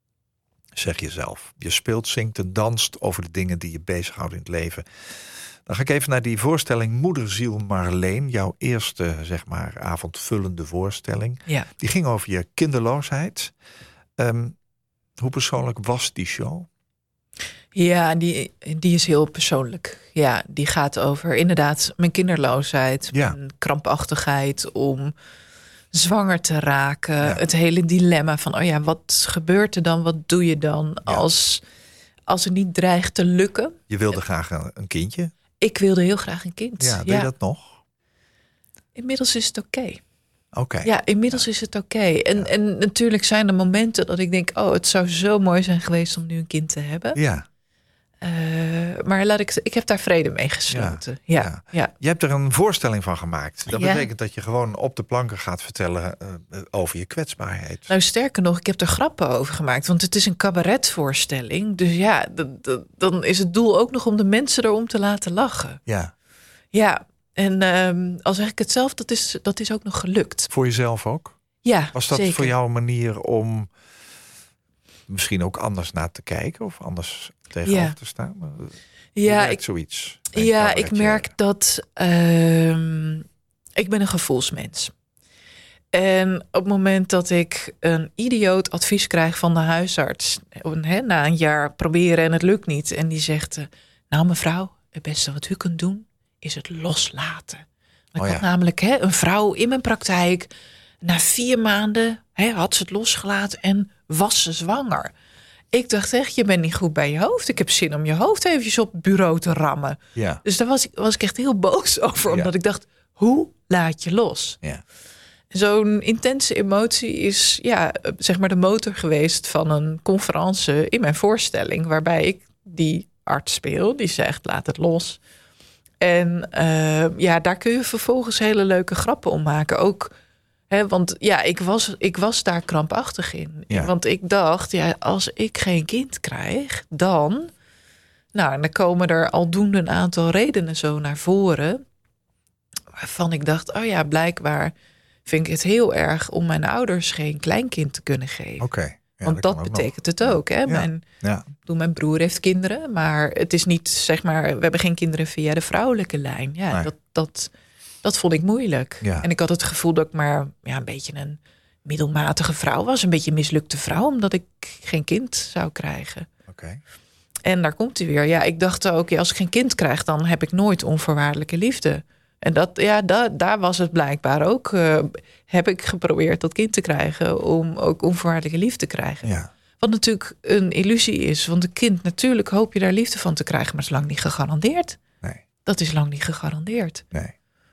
Zeg je zelf. Je speelt, zingt en danst over de dingen die je bezighouden in het leven. Dan ga ik even naar die voorstelling Moederziel Marleen. Jouw eerste, zeg maar, avondvullende voorstelling. Ja. Die ging over je kinderloosheid. Um, hoe persoonlijk was die show? Ja, die, die is heel persoonlijk. Ja, die gaat over inderdaad mijn kinderloosheid, Ja. mijn krampachtigheid om zwanger te raken. Ja. Het hele dilemma van, oh ja, wat gebeurt er dan? Wat doe je dan Ja. als, als het niet dreigt te lukken? Je wilde graag een, een kindje. Ik wilde heel graag een kind. Ja, doe je dat nog? Inmiddels is het oké. Oké. Ja, inmiddels is het oké. En, en natuurlijk zijn er momenten dat ik denk, oh, het zou zo mooi zijn geweest om nu een kind te hebben. Ja. Uh, maar laat ik, ik heb daar vrede mee gesloten. Ja, Ja. ja. ja. Je hebt er een voorstelling van gemaakt. Dat Ja. betekent dat je gewoon op de planken gaat vertellen uh, over je kwetsbaarheid. Nou, sterker nog, ik heb er grappen over gemaakt. Want het is een cabaretvoorstelling. Dus ja, d- d- dan is het doel ook nog om de mensen erom te laten lachen. Ja. Ja, en um, al zeg ik het zelf, dat is, dat is ook nog gelukt. Voor jezelf ook? Ja, Was dat zeker. voor jou een manier om misschien ook anders naar te kijken? Of anders tegenover Ja. te staan? Ja, ik, ik, zoiets. bij een ja ik cabaretier? merk dat... Um, ik ben een gevoelsmens. En op het moment dat ik een idioot advies krijg van de huisarts... He, na een jaar proberen en het lukt niet... en die zegt, uh, nou mevrouw, het beste wat u kunt doen... is het loslaten. Ik Oh, had ja. namelijk he, een vrouw in mijn praktijk... na vier maanden he, had ze het losgelaten en was ze zwanger. Ik dacht echt, je bent niet goed bij je hoofd. Ik heb zin om je hoofd eventjes op het bureau te rammen. Ja. Dus daar was ik, was ik echt heel boos over. Omdat Ja. ik dacht, hoe laat je los? Ja. Zo'n intense emotie is ja, zeg maar de motor geweest van een conferentie in mijn voorstelling. Waarbij ik die arts speel. Die zegt, laat het los. En uh, ja, daar kun je vervolgens hele leuke grappen om maken. Ook, hè, want ja, ik was, ik was daar krampachtig in. Ja. Want ik dacht, ja, als ik geen kind krijg, dan... Nou, dan komen er aldoende een aantal redenen zo naar voren. Waarvan ik dacht, oh ja, blijkbaar vind ik het heel erg om mijn ouders geen kleinkind te kunnen geven. Oké. Okay. Ja, Want dat, kan ook betekent nog. het ook. Hè? Ja. Mijn, Ja. bedoel, mijn broer heeft kinderen, maar het is niet, zeg maar, we hebben geen kinderen via de vrouwelijke lijn. Ja, Nee. dat, dat, dat vond ik moeilijk. Ja. En ik had het gevoel dat ik maar ja, een beetje een middelmatige vrouw was. Een beetje een mislukte vrouw, omdat ik geen kind zou krijgen. Oké. En daar komt hij weer. Ja, ik dacht ook, ja, als ik geen kind krijg, dan heb ik nooit onvoorwaardelijke liefde. En dat, ja, da, daar was het blijkbaar ook. Uh, heb ik geprobeerd dat kind te krijgen om ook onvoorwaardelijke liefde te krijgen. Ja. Wat natuurlijk een illusie is. Want een kind, natuurlijk hoop je daar liefde van te krijgen, maar het is lang niet gegarandeerd. Nee. Dat is lang niet gegarandeerd. Nee.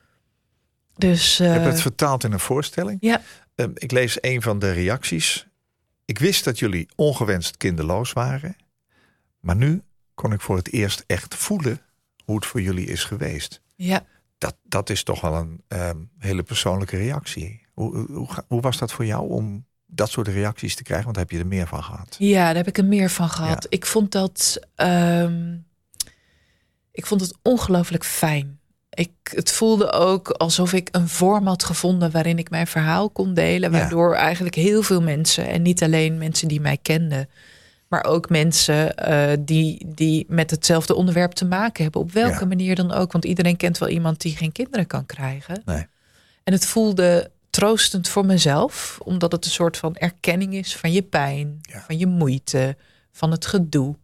Dus, uh, Je hebt het vertaald in een voorstelling. Ja. Uh, ik lees een van de reacties. Ik wist dat jullie ongewenst kinderloos waren. Maar nu kon ik voor het eerst echt voelen hoe het voor jullie is geweest. Ja. Dat, dat is toch wel een um, hele persoonlijke reactie. Hoe, hoe, hoe was dat voor jou om dat soort reacties te krijgen? Want heb je er meer van gehad? Ja, daar heb ik er meer van gehad. Ja. Ik vond dat... Um, ik vond het ongelooflijk fijn. Ik, het voelde ook alsof ik een vorm had gevonden waarin ik mijn verhaal kon delen. Waardoor ja. eigenlijk heel veel mensen, en niet alleen mensen die mij kenden, maar ook mensen uh, die, die met hetzelfde onderwerp te maken hebben. Op welke ja. manier dan ook. Want iedereen kent wel iemand die geen kinderen kan krijgen. Nee. En het voelde troostend voor mezelf. Omdat het een soort van erkenning is van je pijn. Ja. Van je moeite. Van het gedoe.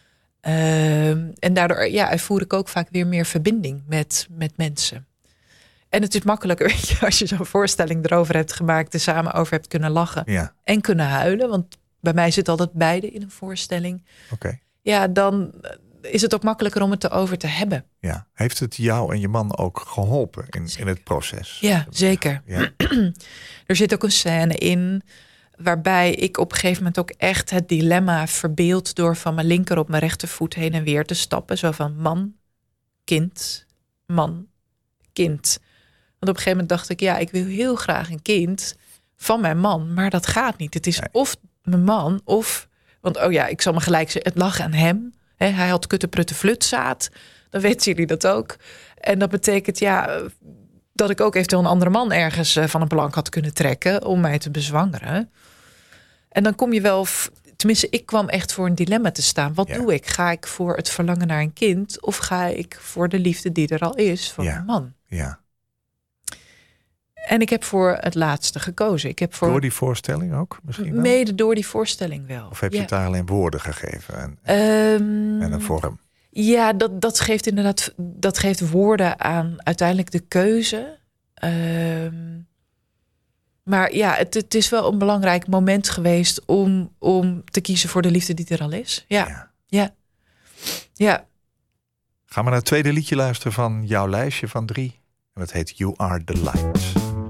Uh, en daardoor ja, ervoer ik ook vaak weer meer verbinding met, met mensen. En het is makkelijker weet je, als je zo'n voorstelling erover hebt gemaakt. Er samen over hebt kunnen lachen. Ja. En kunnen huilen. Want bij mij zit altijd beide in een voorstelling. Okay. Ja, dan is het ook makkelijker om het erover te hebben. Ja. Heeft het jou en je man ook geholpen in, in het proces? Ja, zeker. Ja. Er zit ook een scène in waarbij ik op een gegeven moment ook echt het dilemma verbeeld door van mijn linker op mijn rechtervoet heen en weer te stappen. Zo van man, kind, man, kind. Want op een gegeven moment dacht ik, ja, ik wil heel graag een kind van mijn man, maar dat gaat niet. Het is nee. of mijn man of, want oh ja, ik zal me gelijk zeggen, het lag aan hem. He, hij had kutte prutte flutzaad. Dan weten jullie dat ook. En dat betekent ja dat ik ook eventueel een andere man ergens van een plank had kunnen trekken om mij te bezwangeren. En dan kom je wel, tenminste ik kwam echt voor een dilemma te staan. Wat ja. doe ik? Ga ik voor het verlangen naar een kind of ga ik voor de liefde die er al is van ja. een man? Ja. En ik heb voor het laatste gekozen. Ik heb voor Door die voorstelling ook misschien wel? Mede door die voorstelling wel. Of heb je ja. het daar alleen woorden gegeven en, Um, en een vorm? Ja, dat, dat geeft inderdaad dat geeft woorden aan uiteindelijk de keuze. Um, maar ja, het, het is wel een belangrijk moment geweest om, om te kiezen voor de liefde die er al is. Ja, ja, ja. ja. Gaan we naar het tweede liedje luisteren van jouw lijstje van drie. En dat heet You Are The Light.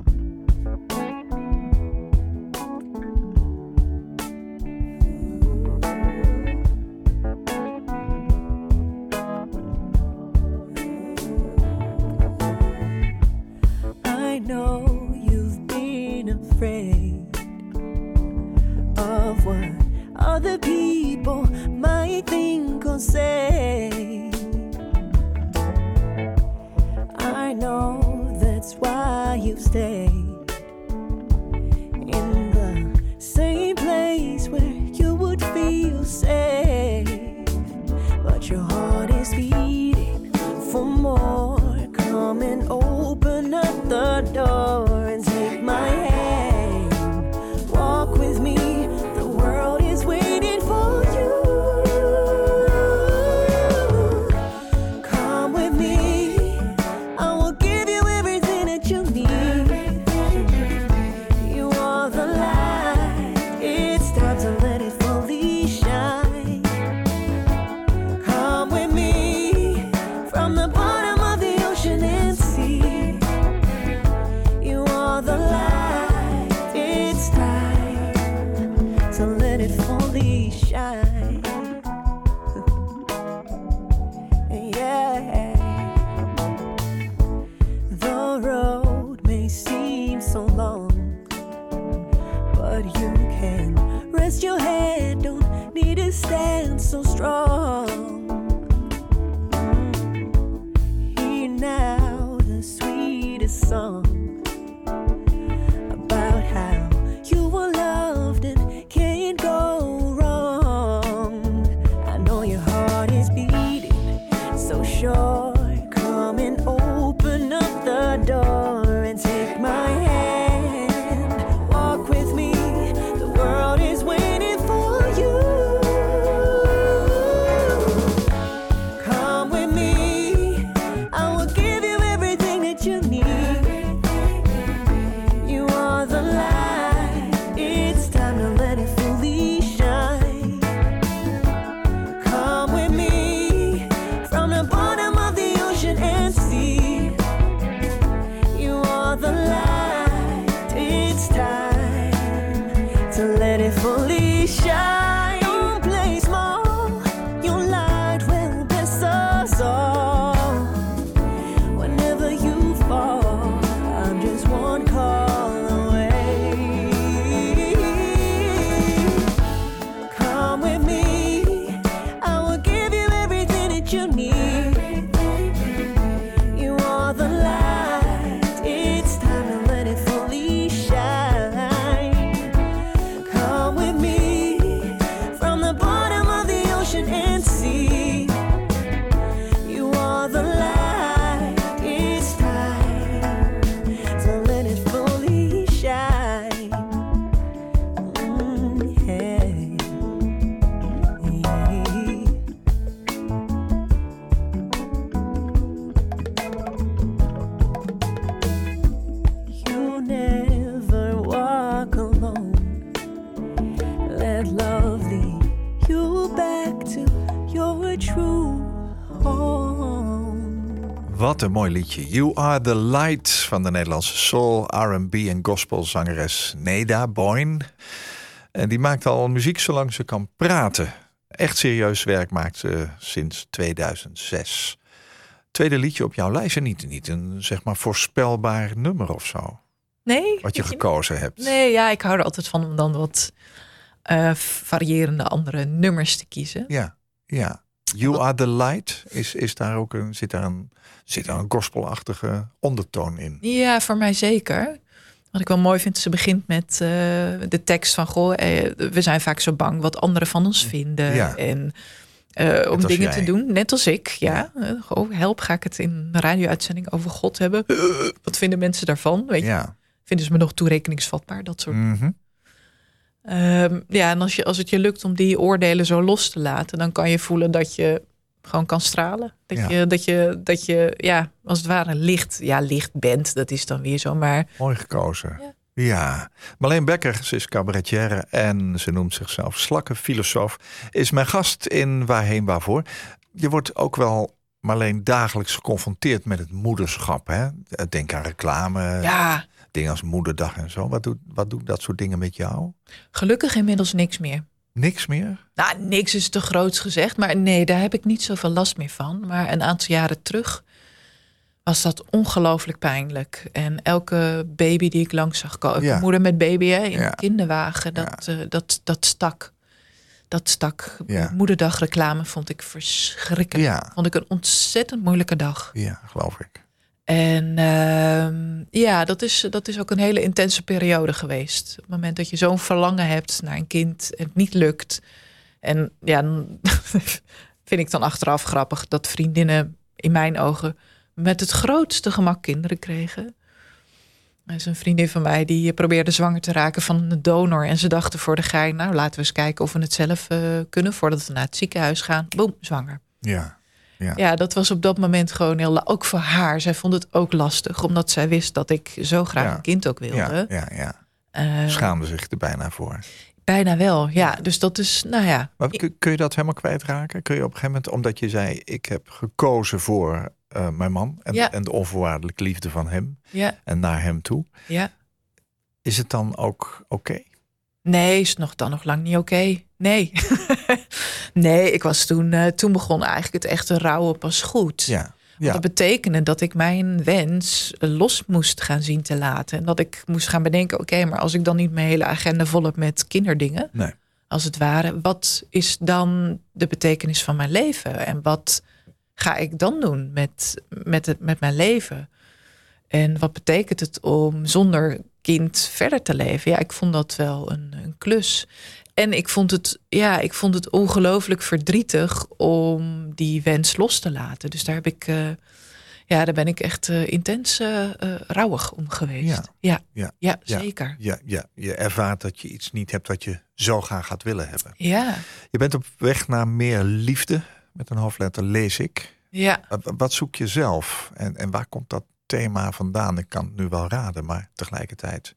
I know you've been afraid of what other people might think or say. I know that's why you've stayed in the same place where you would feel safe. But your heart is beating for more. Come and open up the door and take my hand. Walk with me, the world is waiting for you. Come with me, I will give you everything that you need. You are the light, it's time to let it fully shine. Come with me, from the bottom of the ocean and sea. You are the light, it's time to let it fully shine. Yeah. The road may seem so long, but you can rest your head, don't need to stand so strong. Hear now the sweetest song about how you were loved and can't go wrong. I know your heart is beating so sure. Come and open up the door and take my hand. Walk with me, the world is waiting for you. Come with me, I will give you everything that you need. You are the light, it's time to let it fully shine. Come with me, from the bottom of the ocean and sea. You are the light, it's time to let it fully shine. Don't play small, your light will bless us all. Whenever you fall, I'm just one call away. Come with me, I will give you everything that you need. You are the light, it's time to let it fully shine. Come with me, from the bottom of the ocean and sea. You are the light, it's time to let it fully shine. Mm, yeah. You never walk alone. Let love lead you back to your true home. Wat een mooi liedje. You Are The Light van de Nederlandse soul, R en B en gospelzangeres Neda Boyne. En die maakt al muziek zolang ze kan praten. Echt serieus werk maakt ze sinds tweeduizend zes. Tweede liedje op jouw lijst en niet, niet een zeg maar voorspelbaar nummer of zo. Nee. Wat je gekozen hebt. Nee, ja, ik hou er altijd van om dan wat uh, variërende andere nummers te kiezen. Ja, ja. You Are The Light, is, is daar ook een, zit daar een, zit daar een gospelachtige ondertoon in? Ja, voor mij zeker. Wat ik wel mooi vind, ze begint met uh, de tekst van... Goh, eh, we zijn vaak zo bang wat anderen van ons vinden. Ja. En uh, om dingen jij. te doen, net als ik. Ja, ja. Uh, goh, help, ga ik het in een radio-uitzending over God hebben? Uh, wat vinden mensen daarvan? Weet je? Ja. vinden ze me nog toerekeningsvatbaar, dat soort dingen. Mm-hmm. Um, ja, en als, je, als het je lukt om die oordelen zo los te laten, dan kan je voelen dat je gewoon kan stralen. Dat, Ja. je, dat, je, dat je, ja, als het ware licht, ja, licht bent. Dat is dan weer zo, maar... Mooi gekozen. Ja. Ja. Marleen Bekker, ze is cabaretière en ze noemt zichzelf slakkenfilosoof. Is mijn gast in Waarheen Waarvoor. Je wordt ook wel, Marleen, dagelijks geconfronteerd met het moederschap. Hè? Denk aan reclame, Ja, dingen als Moederdag en zo. Wat doet, wat doet dat soort dingen met jou? gelukkig inmiddels niks meer. Niks meer? Nou, niks is te groots gezegd, maar nee, daar heb ik niet zoveel last meer van. Maar een aantal jaren terug was dat ongelooflijk pijnlijk. En elke baby die ik langs zag komen, Ja. moeder met baby hè, in Ja. een kinderwagen, dat, Ja. eh, dat, dat stak. Dat stak. Ja. Moederdagreclame vond ik verschrikkelijk. Ja. Vond ik een ontzettend moeilijke dag. Ja, geloof ik. En uh, ja, dat is, dat is ook een hele intense periode geweest. Op het moment dat je zo'n verlangen hebt naar een kind en het niet lukt. En ja, dan vind ik dan achteraf grappig dat vriendinnen in mijn ogen met het grootste gemak kinderen kregen. Er is een vriendin van mij die probeerde zwanger te raken van een donor. En ze dachten voor de gein, nou laten we eens kijken of we het zelf uh, kunnen voordat we naar het ziekenhuis gaan. Boem, zwanger. Ja. Ja. Ja, dat was op dat moment gewoon heel... Ook voor haar. Zij vond het ook lastig. Omdat zij wist dat ik zo graag Ja. een kind ook wilde. Ja, ja, ja. Uh, Schaamde zich er bijna voor. bijna wel, ja. Dus dat is, nou ja... Maar kun, kun je dat helemaal kwijtraken? Kun je op een gegeven moment, omdat je zei, ik heb gekozen voor uh, mijn man en, Ja. en de onvoorwaardelijke liefde van hem Ja, en naar hem toe. ja. Is het dan ook oké? Okay? Nee, is nog dan nog lang niet oké. Okay. Nee. nee, ik was toen... Uh, toen begon eigenlijk het echte rouwen pas goed. Ja. Ja. Dat betekende dat ik mijn wens los moest gaan zien te laten. En dat ik moest gaan bedenken, oké, okay, maar als ik dan niet mijn hele agenda vol heb met kinderdingen, Nee. als het ware, wat is dan de betekenis van mijn leven? En wat ga ik dan doen met, met, het, met mijn leven? En wat betekent het om zonder kind verder te leven? Ja, ik vond dat wel een, een klus. En ik vond het, ja, ik vond het ongelooflijk verdrietig om die wens los te laten. Dus daar heb ik, uh, ja, daar ben ik echt uh, intens uh, uh, rouwig om geweest. Ja. Ja, Ja. ja, Ja. zeker. Ja, ja, je ervaart dat je iets niet hebt wat je zo graag had willen hebben. Ja, Je bent op weg naar meer liefde, met een hoofdletter lees ik. ja. Wat zoek je zelf? En, en waar komt dat thema vandaan? Ik kan het nu wel raden, maar tegelijkertijd.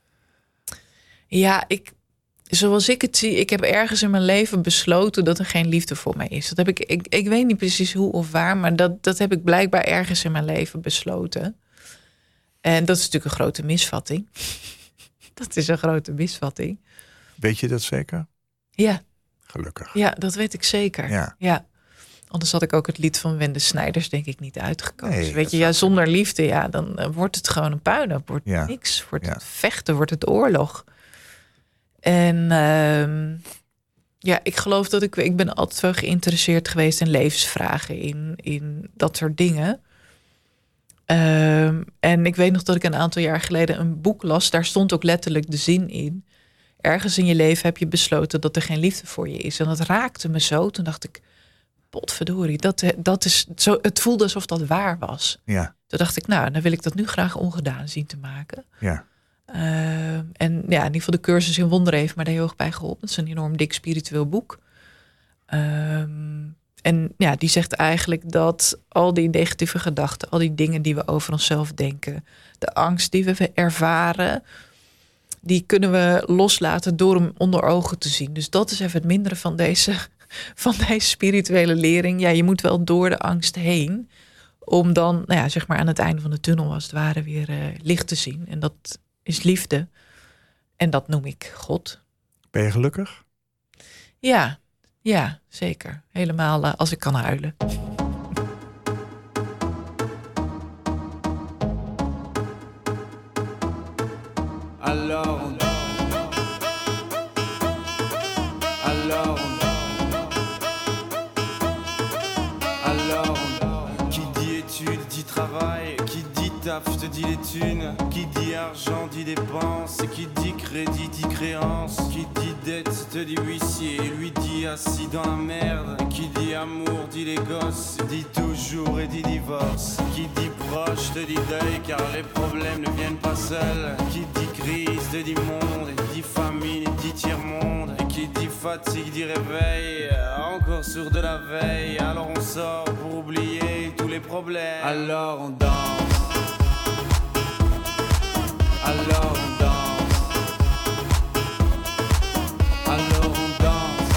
Ja, ik, zoals ik het zie, ik heb ergens in mijn leven besloten dat er geen liefde voor mij is. Dat heb ik, ik, ik weet niet precies hoe of waar, maar dat, dat heb ik blijkbaar ergens in mijn leven besloten. En dat is natuurlijk een grote misvatting. Dat is een grote misvatting. Weet je dat zeker? Ja, Gelukkig. ja, dat weet ik zeker. Ja. Ja. Anders had ik ook het lied van Wende Snijders denk ik niet uitgekozen. Nee, weet dat je, ja, zonder liefde, ja, dan uh, wordt het gewoon een puinhoop. Wordt Ja. niks. Wordt Ja. het vechten, wordt het oorlog. En uh, ja, ik geloof dat ik... Ik ben altijd wel geïnteresseerd geweest in levensvragen. In, in dat soort dingen. Uh, en ik weet nog dat ik een aantal jaar geleden een boek las. Daar stond ook letterlijk de zin in. Ergens in je leven heb je besloten dat er geen liefde voor je is. En dat raakte me zo. Toen dacht ik, potverdorie, dat, dat is zo, het voelde alsof dat waar was. Ja. Toen dacht ik, nou, dan wil ik dat nu graag ongedaan zien te maken. Ja. Uh, en ja, in ieder geval de cursus in wonderen heeft me daar heel erg bij geholpen. Het is een enorm dik spiritueel boek. Um, en ja, die zegt eigenlijk dat al die negatieve gedachten, al die dingen die we over onszelf denken, de angst die we ervaren, die kunnen we loslaten door hem onder ogen te zien. Dus dat is even het mindere van deze, van deze spirituele lering. Ja, je moet wel door de angst heen om dan, nou ja, zeg maar aan het einde van de tunnel als het ware weer uh, licht te zien. En dat is liefde. En dat noem ik God. Ben je gelukkig? Ja, ja, zeker. Helemaal uh, als ik kan huilen. Alors, alors, alors, qui dit études dit travail, qui dit taf te dit les thunes. Qui dit argent dit dépense. Et qui dit crédit dit créance. Qui dit dette te dit huissier. Lui dit assis dans la merde. Qui dit amour dit les gosses. Dit toujours et dit divorce. Qui dit proche te dit deuil car les problèmes ne viennent pas seuls. Qui dit crise te dit monde. Et dit famine et dit tiers-monde. Et qui dit fatigue dit réveil. Encore sourd de la veille. Alors on sort pour oublier tous les problèmes. Alors on danse. Alors on danse. Alors on danse.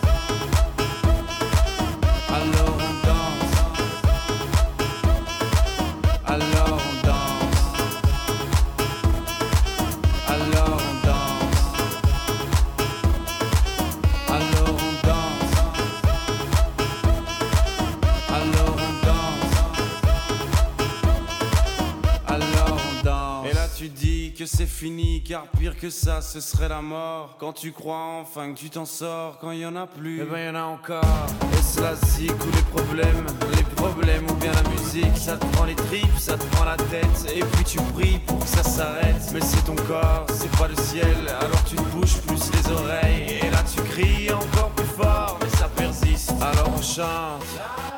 Alors on danse. Alors on danse. Alors on danse. Alors on danse. Alors on danse. Alors on danse. Et là tu dis que c'est fini, car pire que ça ce serait la mort. Quand tu crois enfin que tu t'en sors, quand il y en a plus, eh ben y en a encore. Est-ce la zik ou les problèmes? Les problèmes ou bien la musique? Ça te prend les tripes, ça te prend la tête. Et puis tu pries pour que ça s'arrête. Mais c'est ton corps, c'est pas le ciel. Alors tu te bouges plus les oreilles. Et là tu cries encore plus fort, mais ça persiste. Alors on chante.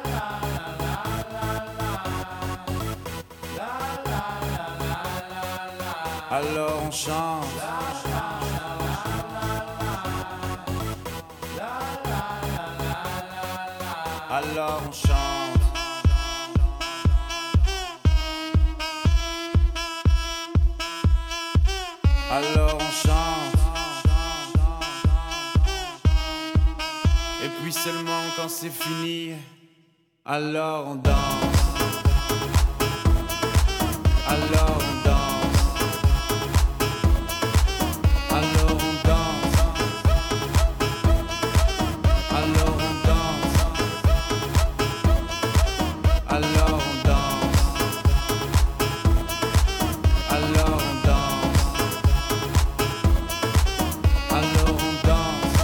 Alors on chante. Alors on chante. Alors on chante. Et puis seulement quand c'est fini, alors on danse. Alors on danse. Alors on danse. Alors on danse. Alors on danse. Alors on danse. Alors on danse.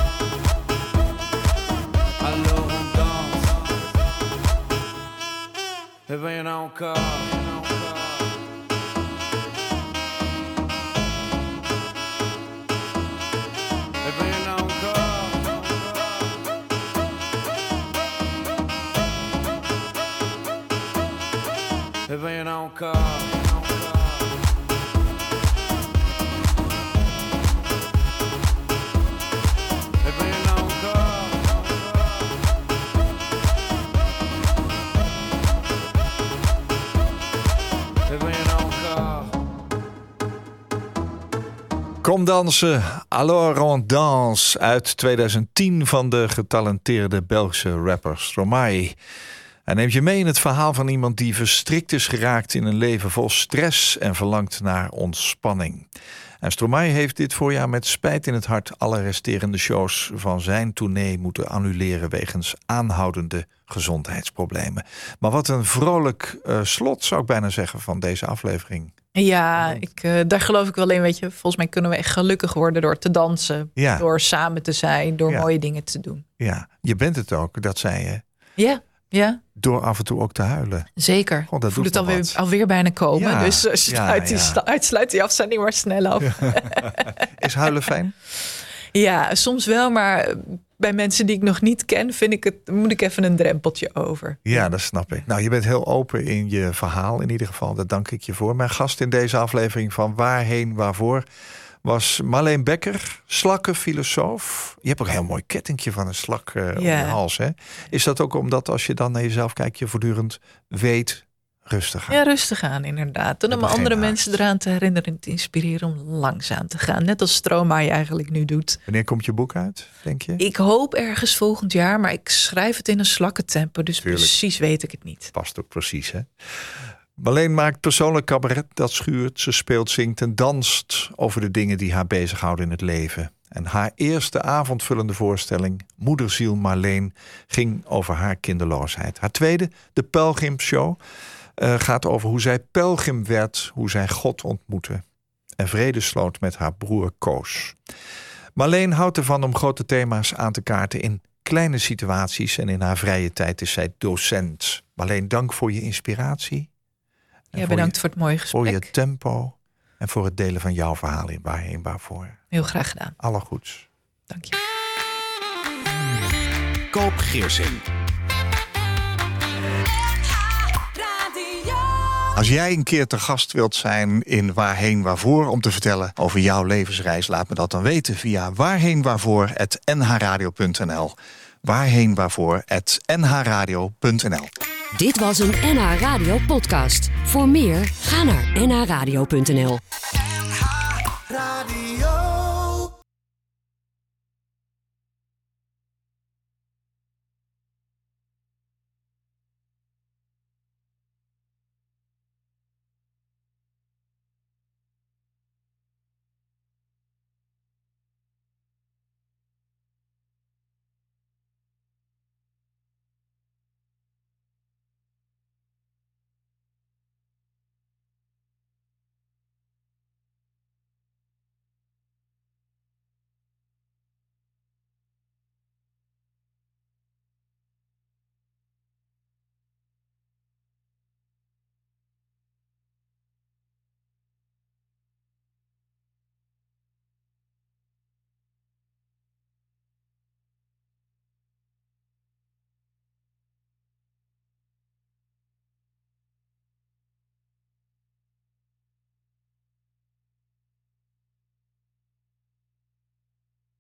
Alors on danse. Eh ben y'en a encore. Eh ben y'en a encore. Eh ben y'en a encore. Eh ben y'en a encore. Kom dansen, Alors on danse uit tweeduizend tien van de getalenteerde Belgische rapper Stromae. Hij neemt je mee in het verhaal van iemand die verstrikt is geraakt in een leven vol stress en verlangt naar ontspanning. En Stromae heeft dit voorjaar met spijt in het hart alle resterende shows van zijn tournee moeten annuleren wegens aanhoudende gezondheidsproblemen. Maar wat een vrolijk uh, slot zou ik bijna zeggen van deze aflevering. Ja, ik, uh, daar geloof ik wel in. Weet je, volgens mij kunnen we echt gelukkig worden door te dansen, ja. door samen te zijn, door ja. mooie dingen te doen. Ja, je bent het ook, dat zei je. Ja. Ja. Door af en toe ook te huilen. Zeker. God, dat voel het alweer, alweer bijna komen. Ja, dus sluit, ja, ja. Die, sluit die afzending maar snel af. Ja. Is huilen fijn? Ja, soms wel. Maar bij mensen die ik nog niet ken, vind ik het, moet ik even een drempeltje over. Ja, dat snap ik. Nou, je bent heel open in je verhaal in ieder geval. Daar dank ik je voor. Mijn gast in deze aflevering van Waarheen Waarvoor was Marleen Bekker, slakkenfilosoof. Je hebt ook een heel mooi kettingje van een slak uh, ja. om je hals. Hè? Is dat ook omdat als je dan naar jezelf kijkt, je voortdurend weet rustig gaan? Ja, rustig aan inderdaad. En om andere mensen eraan te herinneren en te inspireren om langzaam te gaan. Net als Stromae eigenlijk nu doet. Wanneer komt je boek uit, denk je? Ik hoop ergens volgend jaar, maar ik schrijf het in een slakkentempo. Dus Tuurlijk. precies weet ik het niet. Past ook precies, hè? Marleen maakt persoonlijk cabaret dat schuurt. Ze speelt, zingt en danst over de dingen die haar bezighouden in het leven. En haar eerste avondvullende voorstelling, Moederziel Marleen, ging over haar kinderloosheid. Haar tweede, de Pelgrimshow, uh, gaat over hoe zij pelgrim werd, hoe zij God ontmoette. En vrede sloot met haar broer Koos. Marleen houdt ervan om grote thema's aan te kaarten in kleine situaties. En in haar vrije tijd is zij docent. Marleen, dank voor je inspiratie. Ja, bedankt voor, je, voor het mooie gesprek. Voor je tempo en voor het delen van jouw verhaal in Waarheen Waarvoor. Heel graag gedaan. Alle goeds. Dank je. Koop Geersing. Als jij een keer te gast wilt zijn in Waarheen Waarvoor om te vertellen over jouw levensreis, laat me dat dan weten via waarheenwaarvoor apenstaartje n h radio punt n l. waarheenwaarvoor apenstaartje n h radio punt n l. Dit was een N H Radio podcast. Voor meer, ga naar n h radio punt n l. Radio.